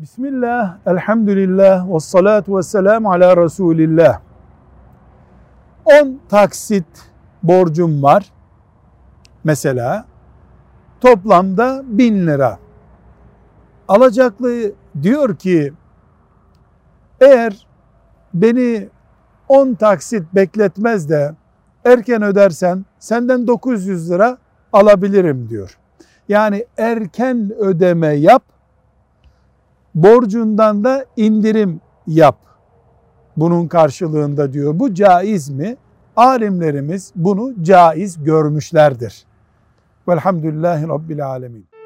Bismillah, elhamdülillah, ve salatu ve selamu ala Resulillah. 10 taksit borcum var. Mesela toplamda 1000 lira. Alacaklı diyor ki, eğer beni 10 taksit bekletmez de erken ödersen senden 900 lira alabilirim diyor. Yani erken ödeme yap, borcundan da indirim yap. Bunun karşılığında diyor. Bu caiz mi? Alimlerimiz bunu caiz görmüşlerdir. Velhamdülillahi Rabbil alemin.